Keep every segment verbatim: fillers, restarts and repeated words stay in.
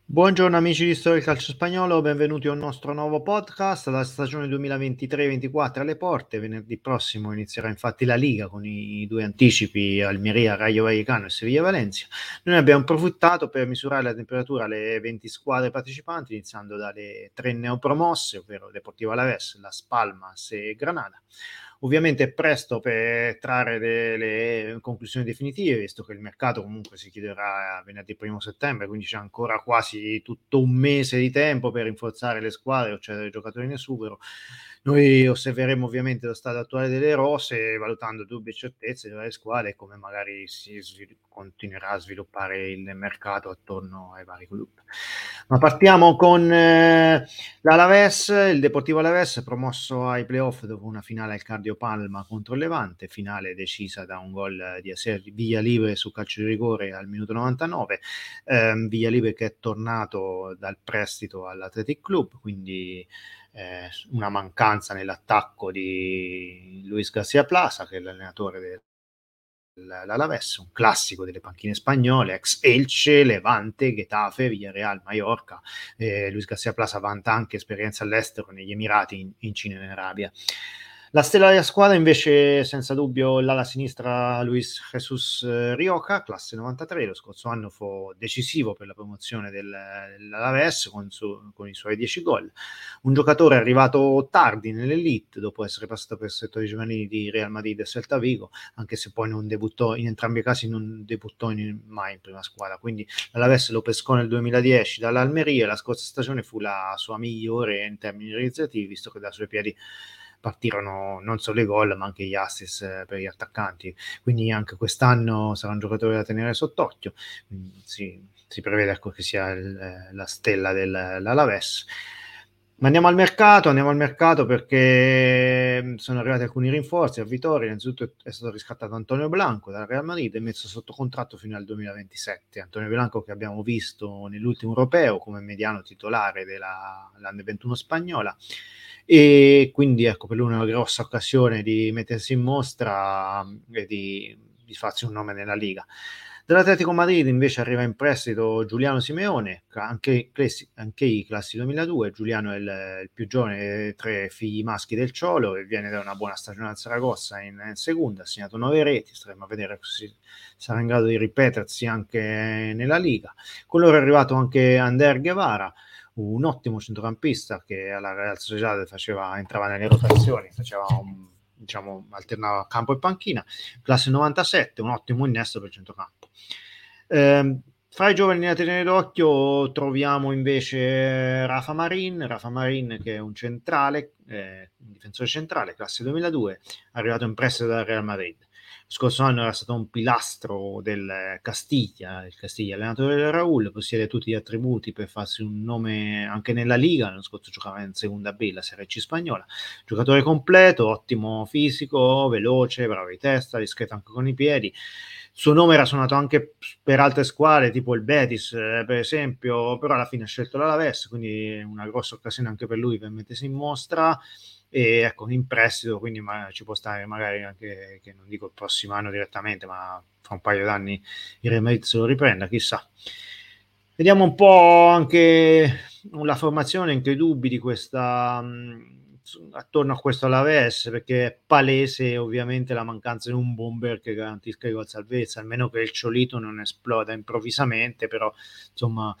Buongiorno amici di Storia del Calcio Spagnolo, benvenuti a un nostro nuovo podcast. La stagione duemilaventitré ventiquattro alle porte. Venerdì prossimo inizierà infatti la Liga con i due anticipi Almeria, Rayo Vallecano e Sevilla Valencia. Noi abbiamo approfittato per misurare la temperatura alle venti squadre partecipanti, iniziando dalle tre neopromosse, ovvero Deportivo Alavés, Las Palmas e Granada. Ovviamente è presto per trarre delle conclusioni definitive, visto che il mercato comunque si chiuderà venerdì primo settembre, quindi c'è ancora quasi tutto un mese di tempo per rinforzare le squadre o cedere giocatori in esubero. Noi osserveremo ovviamente lo stato attuale delle rose, valutando dubbi e certezze delle squadre e come magari si svil- continuerà a sviluppare il mercato attorno ai vari club. Ma partiamo con eh, l'Alaves, il Deportivo Alaves promosso ai playoff dopo una finale al Cardio Palma contro il Levante, finale decisa da un gol di Villallibre su calcio di rigore al minuto novantanove. Eh, Villallibre che è tornato dal prestito all'Athletic Club, quindi eh, una mancanza nell'attacco di Luis Garcia Plaza, che è l'allenatore del l'Alaves, un classico delle panchine spagnole, ex Elche, Levante, Getafe, Villarreal, Mallorca. Eh, Luis Garcia Plaza vanta anche esperienza all'estero negli Emirati, in, in Cina e in Arabia. La stella della squadra invece senza dubbio l'ala sinistra Luis Jesus eh, Rioja, classe novantatré, lo scorso anno fu decisivo per la promozione del, dell'Alaves con, su, con i suoi dieci gol. Un giocatore arrivato tardi nell'elite dopo essere passato per il settore giovanili di Real Madrid e Celta Vigo, anche se poi non debuttò, in entrambi i casi non debuttò in, mai in prima squadra, quindi l'Alaves lo pescò nel duemiladieci dall'Almeria e la scorsa stagione fu la sua migliore in termini realizzativi, visto che dai suoi piedi partirono non solo i gol ma anche gli assist eh, per gli attaccanti, quindi anche quest'anno sarà un giocatore da tenere sott'occhio. Si, si prevede ecco, che sia il, la stella dell'Alaves. Ma andiamo al mercato, andiamo al mercato perché sono arrivati alcuni rinforzi a Vittoria. Innanzitutto è stato riscattato Antonio Blanco dal Real Madrid e messo sotto contratto fino al duemilaventisette. Antonio Blanco che abbiamo visto nell'ultimo europeo come mediano titolare della l'Under ventuno spagnola, e quindi ecco per lui una grossa occasione di mettersi in mostra e di, di farsi un nome nella Liga. Dall'Atletico Madrid invece arriva in prestito Giuliano Simeone, anche, anche i classi duemiladue. Giuliano è il, il più giovane dei tre figli maschi del Ciolo e viene da una buona stagione al Saragossa in, in seconda, ha segnato nove reti, staremo a vedere se sarà in grado di ripetersi anche nella Liga. Con loro è arrivato anche Ander Guevara, un ottimo centrocampista che alla Real Sociedad faceva, entrava nelle rotazioni, faceva un, diciamo, alternava campo e panchina, classe novantasette, un ottimo innesto per centrocampo. Eh, fra i giovani da tenere d'occhio troviamo invece Rafa Marin, Rafa Marin che è un centrale, eh, un difensore centrale, classe duemiladue, arrivato in prestito dal Real Madrid. Lo scorso anno era stato un pilastro del Castiglia, il Castiglia allenatore del Raul, possiede tutti gli attributi per farsi un nome anche nella Liga. L'anno scorso giocava in Seconda B, la Serie C spagnola. Giocatore completo, ottimo fisico, veloce, bravo di testa, discreto anche con i piedi. Il suo nome era suonato anche per altre squadre, tipo il Betis, eh, per esempio, però alla fine ha scelto l'Alaves, quindi una grossa occasione anche per lui per mettersi in mostra. E ecco, in prestito, quindi ma, ci può stare magari anche, che non dico il prossimo anno direttamente, ma fra un paio d'anni il Real Madrid se lo riprenda, chissà. Vediamo un po' anche la formazione, anche i dubbi di questa mh, attorno a questo Alaves, perché è palese ovviamente la mancanza di un bomber che garantisca i gol salvezza, almeno che il Ciolito non esploda improvvisamente, però insomma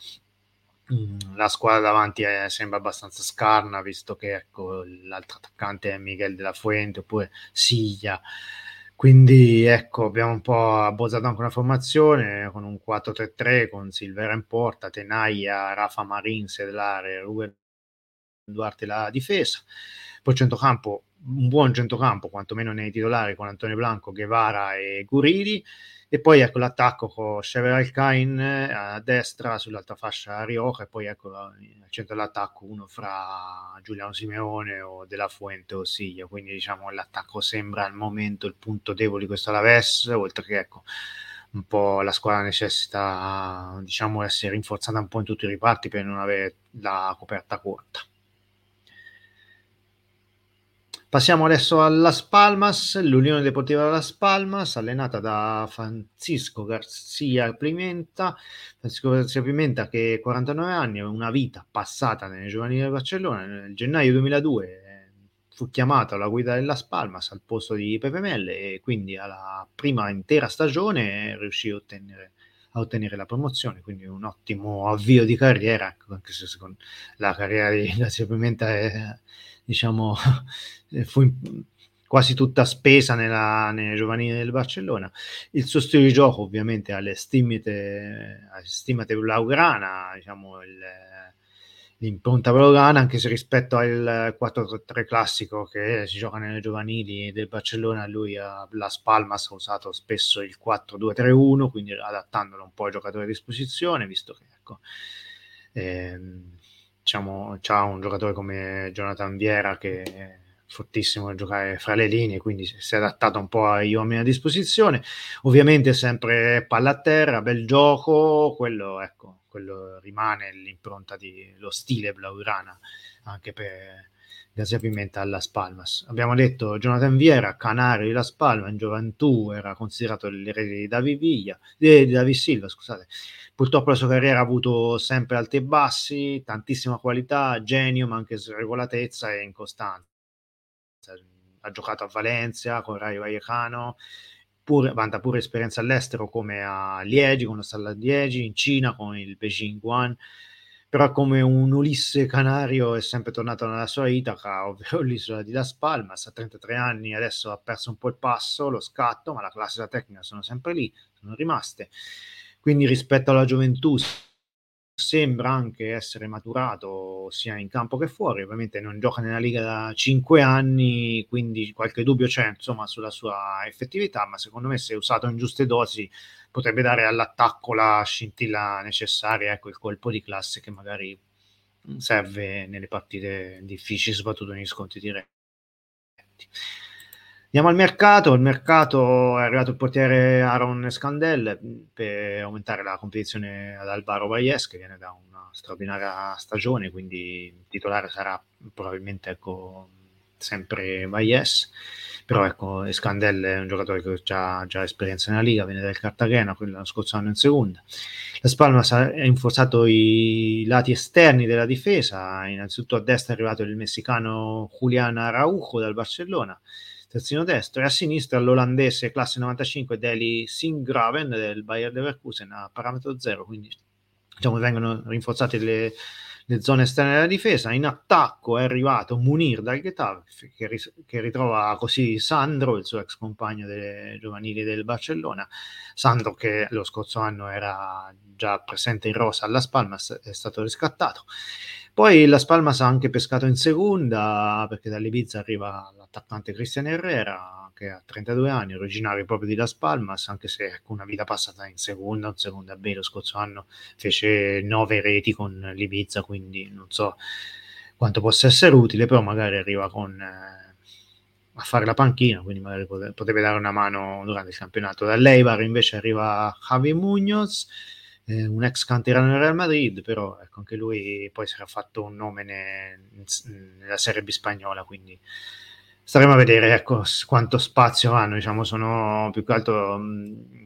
mh, la squadra davanti è, sembra abbastanza scarna, visto che ecco, l'altro attaccante è Miguel de la Fuente oppure Siglia. Quindi ecco, abbiamo un po' abbozzato anche una formazione con un quattro tre tre con Silvera in porta, Tenaia, Rafa Marin, Sedlare, Ruben Duarte la difesa. Poi centrocampo, un buon centrocampo, quantomeno nei titolari, con Antonio Blanco, Guevara e Guridi. E poi ecco l'attacco con Shever Alcain a destra, sull'altra fascia Rioja, e poi ecco al centro dell'attacco uno fra Giuliano Simeone o De La Fuente o Siglia. Quindi diciamo l'attacco sembra al momento il punto debole di questo Alaves, oltre che ecco un po' la squadra necessita diciamo essere rinforzata un po' in tutti i riparti per non avere la coperta corta. Passiamo adesso a Las Palmas, l'Unione Deportiva Las Palmas, allenata da Francisco Garcia Pimenta. Francisco Garcia Pimenta che ha quarantanove anni, una vita passata nelle giovanili del Barcellona. Nel gennaio duemiladue eh, fu chiamato alla guida del Las Palmas al posto di Pepe Melle e quindi alla prima intera stagione riuscì a ottenere, a ottenere la promozione, quindi un ottimo avvio di carriera, anche se secondo la carriera di Garcia Pimenta è, diciamo, fu in, quasi tutta spesa nella, nelle giovanili del Barcellona. Il suo stile di gioco ovviamente alle stimate, alle stimate blaugrana, diciamo il, l'impronta blaugrana, anche se rispetto al quattro tre tre classico che si gioca nelle giovanili del Barcellona, lui a Las Palmas ha usato spesso il quattro due tre uno, quindi adattandolo un po' ai giocatori a disposizione, visto che ecco, ehm, diciamo, c'ha un giocatore come Jonathan Viera che è fortissimo a giocare fra le linee, quindi si è adattato un po' agli uomini a disposizione. Ovviamente sempre palla a terra, bel gioco, quello ecco, quello rimane l'impronta di lo stile blaugrana anche per Garcia Pimenta a Las Palmas. Abbiamo detto Jonathan Viera, canario di Las Palmas, in gioventù era considerato l'erede di David Villa, di David Silva, scusate. Purtroppo la sua carriera ha avuto sempre alti e bassi, tantissima qualità, genio, ma anche sregolatezza e incostanza. Ha giocato a Valencia con Rayo Vallecano, pure, vanta pure esperienza all'estero come a Liegi, con lo Stalla Liegi, in Cina con il Beijing Guan, però come un Ulisse canario è sempre tornato nella sua Itaca, ovvero l'isola di Las Palmas. A trentatré anni adesso ha perso un po' il passo, lo scatto, ma la classe e la tecnica sono sempre lì, sono rimaste. Quindi rispetto alla gioventù sembra anche essere maturato sia in campo che fuori. Ovviamente non gioca nella Liga da cinque anni, quindi qualche dubbio c'è insomma sulla sua effettività, ma secondo me se usato in giuste dosi potrebbe dare all'attacco la scintilla necessaria, ecco, il colpo di classe che magari serve nelle partite difficili, soprattutto negli scontri diretti. Andiamo al mercato. Il mercato è arrivato il portiere Aaron Scandell per aumentare la competizione ad Alvaro Valles, che viene da una straordinaria stagione, quindi il titolare sarà probabilmente ecco, sempre Valles, però ecco, Scandell è un giocatore che ha già esperienza nella Liga, viene dal Cartagena, quello l'anno scorso anno in seconda. La Palmas ha rinforzato i lati esterni della difesa, innanzitutto a destra è arrivato il messicano Julián Araujo dal Barcellona, terzino destro, e a sinistra l'olandese classe novantacinque Deli Singgraven del Bayer Leverkusen a parametro zero, quindi diciamo vengono rinforzate le, le zone esterne della difesa. In attacco è arrivato Munir dal Getafe che, ris- che ritrova così Sandro, il suo ex compagno delle giovanili del Barcellona. Sandro che lo scorso anno era già presente in rosa alla Palmas, è stato riscattato. Poi Las Palmas ha anche pescato in seconda, perché dall'Ibiza arriva l'attaccante Cristian Herrera, che ha trentadue anni, originario proprio di Las Palmas, anche se ecco, una vita passata in seconda, un seconda B, lo scorso anno fece nove reti con l'Ibiza, quindi non so quanto possa essere utile, però magari arriva con, eh, a fare la panchina, quindi magari potrebbe, potrebbe dare una mano durante il campionato. Dall'Eibar invece arriva Javi Munoz, eh, un ex canterano del Real Madrid, però ecco, anche lui poi si era fatto un nome ne, nella Serie B spagnola, quindi staremo a vedere ecco, quanto spazio hanno, diciamo, sono più che altro mh,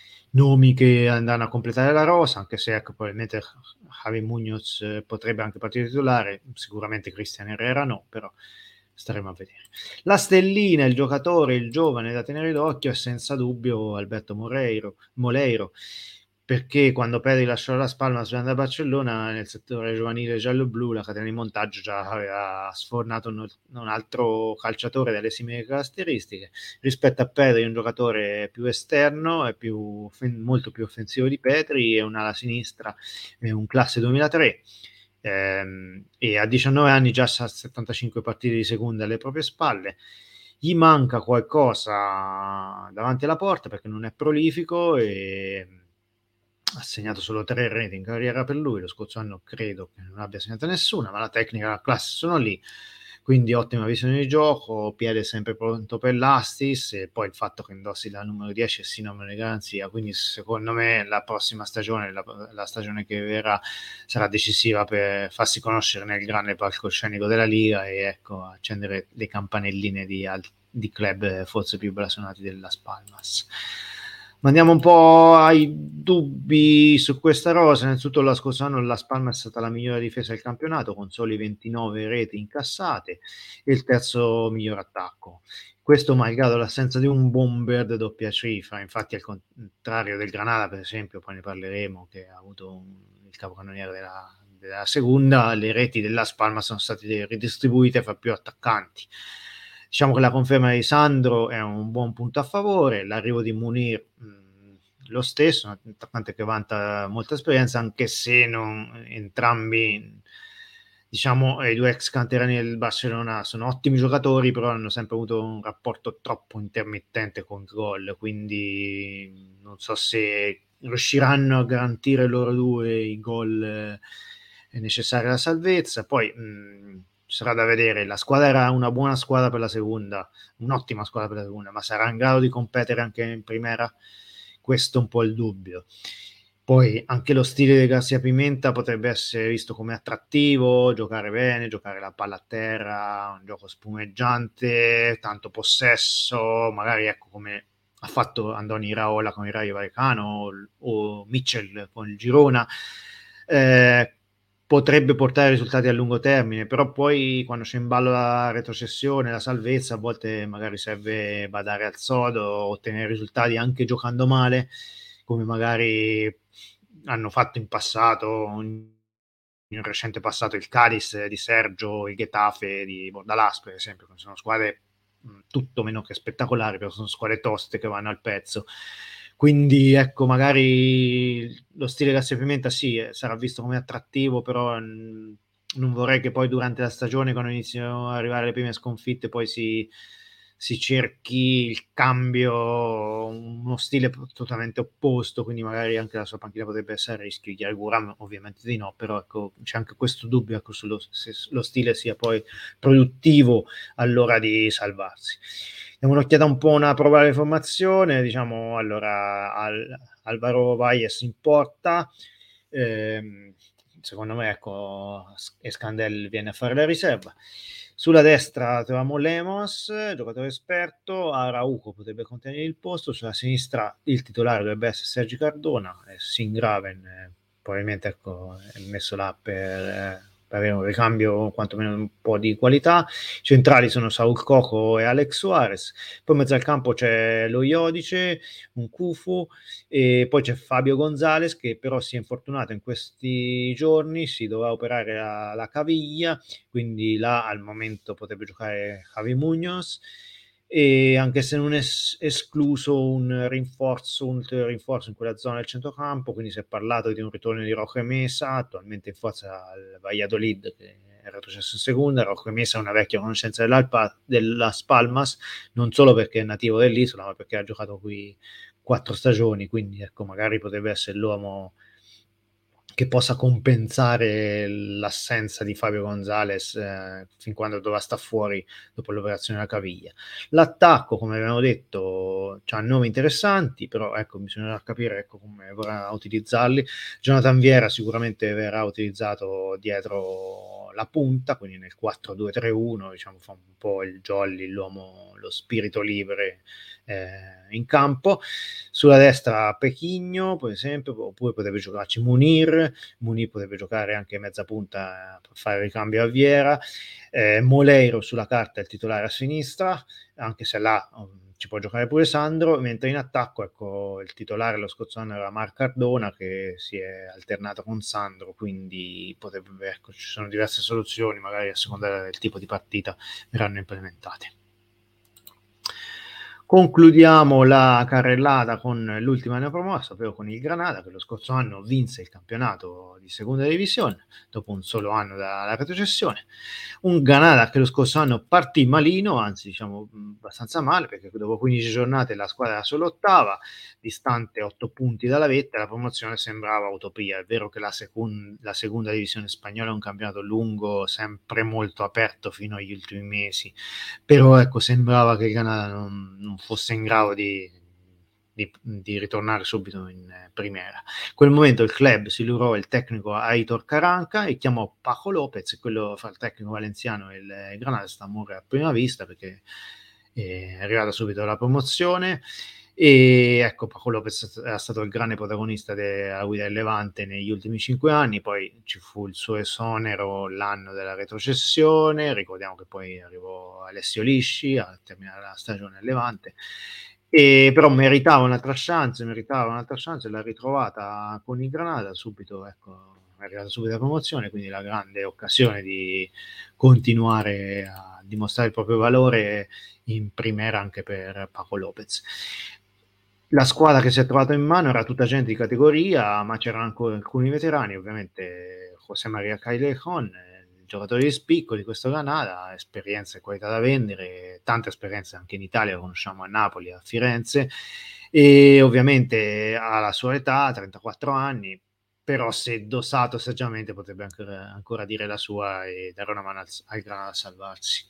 nomi che andranno a completare la rosa, anche se ecco, probabilmente Javi Munoz eh, potrebbe anche partire titolare, sicuramente Cristian Herrera no, però staremo a vedere. La stellina, il giocatore, il giovane da tenere d'occhio è senza dubbio Alberto Moreiro, Moleiro, perché quando Pedri lasciò la Palmas per andare a Barcellona, nel settore giovanile giallo-blu la catena di montaggio già aveva sfornato un, un altro calciatore dalle simili caratteristiche. Rispetto a Pedri, un giocatore più esterno e più, molto più offensivo di Pedri, e un'ala sinistra, è un classe duemilatré. Ehm, e a diciannove anni già sa settantacinque partite di seconda alle proprie spalle. Gli manca qualcosa davanti alla porta perché non è prolifico e ha segnato solo tre reti in carriera per lui. Lo scorso anno credo che non abbia segnato nessuna, ma la tecnica e la classe sono lì, quindi ottima visione di gioco, piede sempre pronto per l'Astis, e poi il fatto che indossi la numero dieci è sinonimo di garanzia, quindi secondo me la prossima stagione, la, la stagione che verrà, sarà decisiva per farsi conoscere nel grande palcoscenico della Liga e ecco, accendere le campanelline di, di club forse più blasonati della Las Palmas. Ma andiamo un po' ai dubbi su questa rosa. Innanzitutto lo scorso anno la Palmas è stata la migliore difesa del campionato con soli ventinove reti incassate e il terzo miglior attacco. Questo malgrado l'assenza di un bomber doppia cifra, infatti al contrario del Granada per esempio, poi ne parleremo, che ha avuto un, il capocannoniere della, della seconda, le reti della Palmas sono state ridistribuite fra più attaccanti. Diciamo che la conferma di Sandro è un buon punto a favore, l'arrivo di Munir mh, lo stesso, un attaccante che vanta molta esperienza, anche se non entrambi, diciamo, i due ex canterani del Barcellona sono ottimi giocatori, però hanno sempre avuto un rapporto troppo intermittente con il gol, quindi non so se riusciranno a garantire loro due i gol eh, necessari alla salvezza. Poi mh, sarà da vedere, la squadra era una buona squadra per la seconda, un'ottima squadra per la seconda, ma sarà in grado di competere anche in primera? Questo è un po' il dubbio. Poi anche lo stile di Garcia Pimenta potrebbe essere visto come attrattivo, giocare bene, giocare la palla a terra, un gioco spumeggiante, tanto possesso, magari ecco come ha fatto Andoni Iraola con il Rayo Vallecano o, o Mitchell con il Girona. Eh, potrebbe portare risultati a lungo termine, però poi quando c'è in ballo la retrocessione, la salvezza, a volte magari serve badare al sodo, ottenere risultati anche giocando male, come magari hanno fatto in passato, in recente passato, il Cadiz di Sergio, il Getafe di Bordalas per esempio, che sono squadre mh, tutto meno che spettacolari, però sono squadre toste che vanno al pezzo. Quindi ecco, magari lo stile Garcia Pimenta sì, eh, sarà visto come attrattivo, però mh, non vorrei che poi durante la stagione, quando iniziano ad arrivare le prime sconfitte, poi si, si cerchi il cambio, uno stile totalmente opposto, quindi magari anche la sua panchina potrebbe essere a rischio. Di Guram ovviamente di no, però ecco, c'è anche questo dubbio, ecco, sullo, se lo stile sia poi produttivo all'ora di salvarsi. Diamo un'occhiata un po' una provare di formazione, diciamo, allora Al, Alvaro Valles in porta, ehm, secondo me ecco Escandel viene a fare la riserva. Sulla destra troviamo Lemos, giocatore esperto, Araujo potrebbe contenere il posto, sulla sinistra il titolare dovrebbe essere Sergi Cardona, e Singraven eh, probabilmente ecco, è messo là per, eh, per avere un ricambio quantomeno un po' di qualità. I centrali sono Saul Coco e Alex Suarez, poi in mezzo al campo c'è lo Iodice, un Cufu, e poi c'è Fabio Gonzalez che però si è infortunato in questi giorni, si dovrà operare la, la caviglia, quindi là al momento potrebbe giocare Javi Munoz, e anche se non è escluso un rinforzo, un ulteriore rinforzo in quella zona del centrocampo, quindi si è parlato di un ritorno di Roque Mesa, attualmente in forza al Valladolid, che è retrocesso in seconda. Roque Mesa è una vecchia conoscenza dell'Alpa, della Spalmas, non solo perché è nativo dell'isola, ma perché ha giocato qui quattro stagioni, quindi ecco, magari potrebbe essere l'uomo che possa compensare l'assenza di Fabio Gonzalez eh, fin quando dovrà stare fuori dopo l'operazione della caviglia. L'attacco, come abbiamo detto, ha nomi interessanti, però ecco, bisognerà capire ecco, come vorrà utilizzarli. Jonathan Viera sicuramente verrà utilizzato dietro la punta, quindi nel quattro due tre uno, diciamo, fa un po' il jolly, l'uomo, lo spirito libero eh, in campo. Sulla destra Pechigno, per esempio, oppure potrebbe giocarci Munir. Munir potrebbe giocare anche mezza punta per fare il ricambio a Viera. Eh, Moleiro sulla carta è il titolare a sinistra, anche se là um, ci può giocare pure Sandro, mentre in attacco ecco, il titolare lo scorso anno era Marc Cardona, che si è alternato con Sandro, quindi potrebbe, ecco, ci sono diverse soluzioni, magari a seconda del tipo di partita verranno implementate. Concludiamo la carrellata con l'ultima neopromossa, ovvero con il Granada, che lo scorso anno vinse il campionato di seconda divisione, dopo un solo anno dalla retrocessione. Un Granada che lo scorso anno partì malino, anzi diciamo abbastanza male, perché dopo quindici giornate la squadra era solo ottava, distante otto punti dalla vetta, la promozione sembrava utopia. È vero che la, secund- la seconda divisione spagnola è un campionato lungo, sempre molto aperto fino agli ultimi mesi, però ecco, sembrava che il Granada non, non fosse in grado di Di, di ritornare subito in eh, primera. In quel momento il club si lurò il tecnico Aitor Caranca e chiamò Paco Lopez, quello fra il tecnico valenziano e il, il Granada sta amore a prima vista, perché è arrivata subito la promozione. E ecco, Paco Lopez era stato il grande protagonista della guida del Levante negli ultimi cinque anni, poi ci fu il suo esonero l'anno della retrocessione, ricordiamo che poi arrivò Alessio Lisci a terminare la stagione del Levante, e però meritava un'altra chance, meritava un'altra chance, l'ha ritrovata con il Granada, subito, ecco, è arrivata subito la promozione, quindi la grande occasione di continuare a dimostrare il proprio valore in primera anche per Paco Lopez. La squadra che si è trovata in mano era tutta gente di categoria, ma c'erano ancora alcuni veterani, ovviamente José María Callejon, giocatore di spicco di questo Granada, esperienza e qualità da vendere, tante esperienze anche in Italia, lo conosciamo a Napoli, a Firenze, e ovviamente ha la sua età, trentaquattro anni, però se dosato saggiamente potrebbe ancora, ancora dire la sua e dare una mano al, al Granada a salvarsi.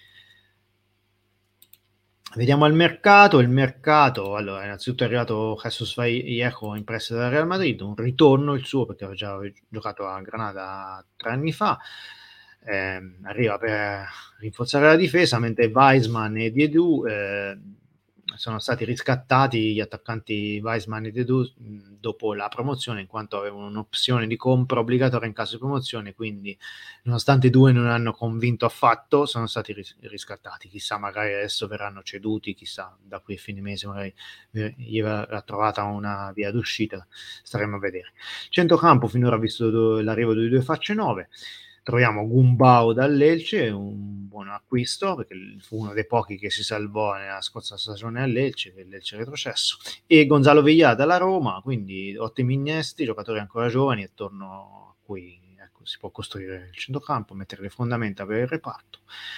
Vediamo il mercato. Il mercato, allora, innanzitutto è arrivato Jesus Vallejo in prestito dal Real Madrid, un ritorno il suo perché aveva già giocato a Granada tre anni fa. Eh, arriva per rinforzare la difesa, mentre Weisman e Diedou eh, sono stati riscattati, gli attaccanti Weisman e Diedou, dopo la promozione, in quanto avevano un'opzione di compra obbligatoria in caso di promozione, quindi nonostante i due non hanno convinto affatto, sono stati ris- riscattati. Chissà, magari adesso verranno ceduti, chissà, da qui a fine mese magari gli verrà trovata una via d'uscita, staremo a vedere. Centrocampo finora ha visto do- l'arrivo di due facce nuove. Troviamo Gumbau dall'Elce, un buon acquisto, perché fu uno dei pochi che si salvò nella scorsa stagione all'Elce, che l'Elce è retrocesso, e Gonzalo Villar dalla Roma, quindi ottimi innesti, giocatori ancora giovani, attorno a cui ecco, si può costruire il centrocampo, mettere le fondamenta per il reparto.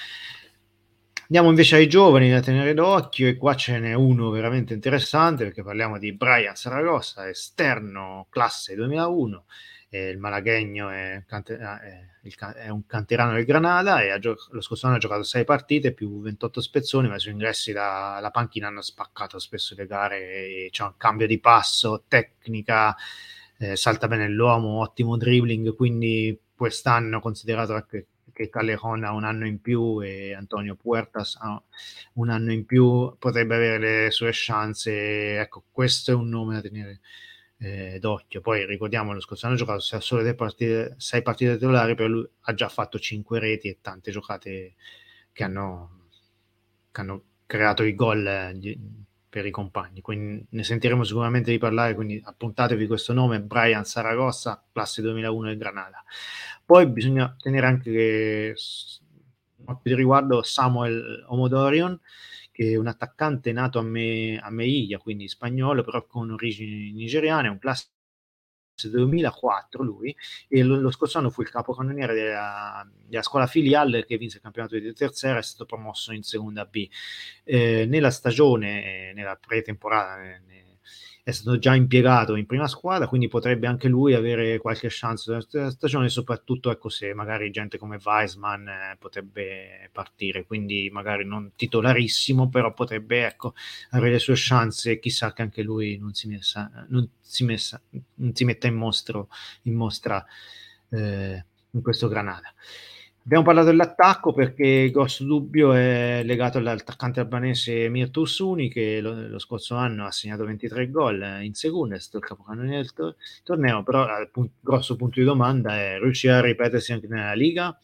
Andiamo invece ai giovani da tenere d'occhio, e qua ce n'è uno veramente interessante, perché parliamo di Brian Saragossa, esterno classe duemilauno, eh, il malaguegno è, cante- è, il, è un canterano del Granada, e gio- lo scorso anno ha giocato sei partite più ventotto spezzoni, ma i suoi ingressi da, la panchina hanno spaccato spesso le gare, e c'è un cambio di passo, tecnica, eh, salta bene l'uomo, ottimo dribbling, quindi quest'anno, considerato anche che Callejon ha un anno in più e Antonio Puertas ha un anno in più, potrebbe avere le sue chance. Ecco, questo è un nome da tenere eh, d'occhio. Poi ricordiamo, lo scorso anno ha giocato solo delle partite, sei partite titolari, però lui ha già fatto cinque reti e tante giocate che hanno, che hanno creato i gol eh, di, per i compagni, quindi ne sentiremo sicuramente di parlare, quindi appuntatevi questo nome, Brian Saragossa, classe duemilauno del Granada. Poi bisogna tenere anche di riguardo Samuel Omodorion, che è un attaccante nato a, Me, a Meiglia, quindi spagnolo, però con origini nigeriane, un classe duemilaquattro lui, e lo, lo scorso anno fu il capocannoniere della, della scuola filiale che vinse il campionato di terza, è stato promosso in seconda B. Eh, nella stagione, eh, nella pretemporale, eh, è stato già impiegato in prima squadra, quindi potrebbe anche lui avere qualche chance della stagione, soprattutto ecco, se magari gente come Weisman eh, potrebbe partire, quindi magari non titolarissimo, però potrebbe ecco, avere le sue chance, chissà che anche lui non si, messa, non si, messa, non si metta in, mostro, in mostra eh, in questo Granada. Abbiamo parlato dell'attacco perché il grosso dubbio è legato all'attaccante albanese Mirto Usuni, che lo, lo scorso anno ha segnato ventitré gol in seconda, è stato il capocannoniere del to- torneo, però il pun- grosso punto di domanda è: riuscirà a ripetersi anche nella Liga?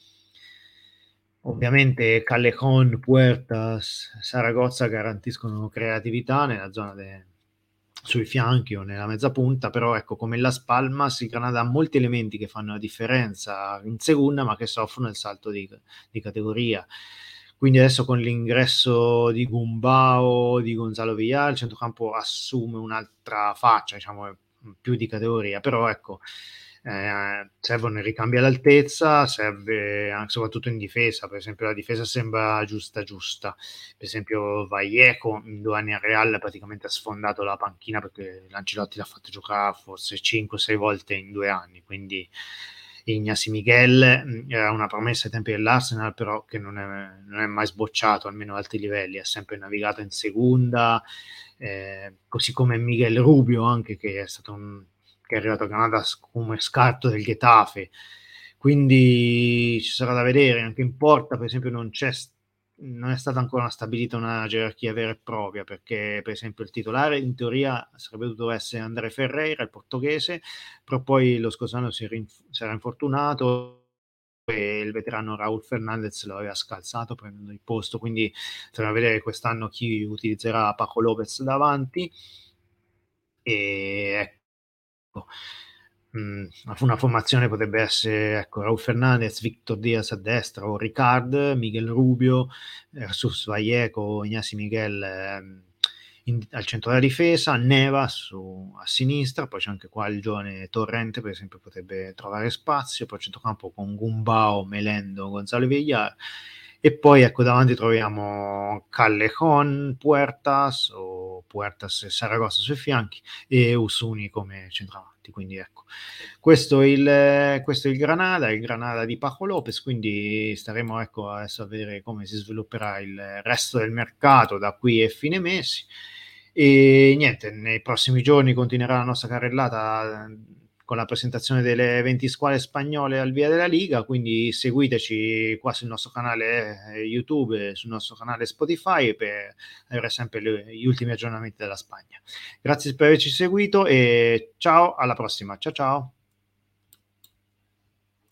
Ovviamente Callejon, Puertas, Saragozza garantiscono creatività nella zona de- sui fianchi o nella mezza punta, però ecco, come in Las Palmas il Granada ha molti elementi che fanno la differenza in seconda, ma che soffrono il salto di, di categoria. Quindi adesso con l'ingresso di Gumbao, di Gonzalo Villar, il centrocampo assume un'altra faccia, diciamo più di categoria, però ecco, eh, servono i ricambi all'altezza, serve anche, soprattutto in difesa, per esempio la difesa sembra giusta giusta, per esempio Vallejo in due anni a Real praticamente ha sfondato la panchina perché L'Ancelotti l'ha fatto giocare forse cinque sei volte in due anni, quindi Ignasi Miguel mh, era una promessa ai tempi dell'Arsenal, però che non è, non è mai sbocciato almeno a alti livelli, ha sempre navigato in seconda, eh, così come Miguel Rubio anche, che è stato un, che è arrivato a Granada come scarto del Getafe, quindi ci sarà da vedere. Anche in porta per esempio non c'è non è stata ancora stabilita una gerarchia vera e propria, perché per esempio il titolare in teoria sarebbe dovuto essere André Ferreira, il portoghese, però poi lo scorso anno si, rinf- si era infortunato e il veterano Raúl Fernández lo aveva scalzato prendendo il posto, quindi sarà a vedere quest'anno chi utilizzerà Paco Lopez davanti. E ecco, mh, una formazione potrebbe essere, ecco, Raúl Fernández, Víctor Díaz a destra o Ricard, Miguel Rubio, Jesus Vallejo, Ignasi Miguel ehm, in, al centro della difesa, Neva su, a sinistra, poi c'è anche qua il giovane Torrente per esempio, potrebbe trovare spazio, poi centrocampo con Gumbao, Melendo, Gonzalo Villar, e poi ecco davanti troviamo Callejon, Puertas o Puertas e Saragossa sui fianchi e Usuni come centravanti, quindi ecco questo è il, questo è il Granada, il Granada di Paco Lopez, quindi staremo ecco adesso a vedere come si svilupperà il resto del mercato da qui a fine mese. E niente, nei prossimi giorni continuerà la nostra carrellata con la presentazione delle venti squadre spagnole al via della Liga, quindi seguiteci qua sul nostro canale eh, YouTube, sul nostro canale Spotify per avere sempre le, gli ultimi aggiornamenti della Spagna. Grazie per averci seguito e ciao, alla prossima. Ciao ciao.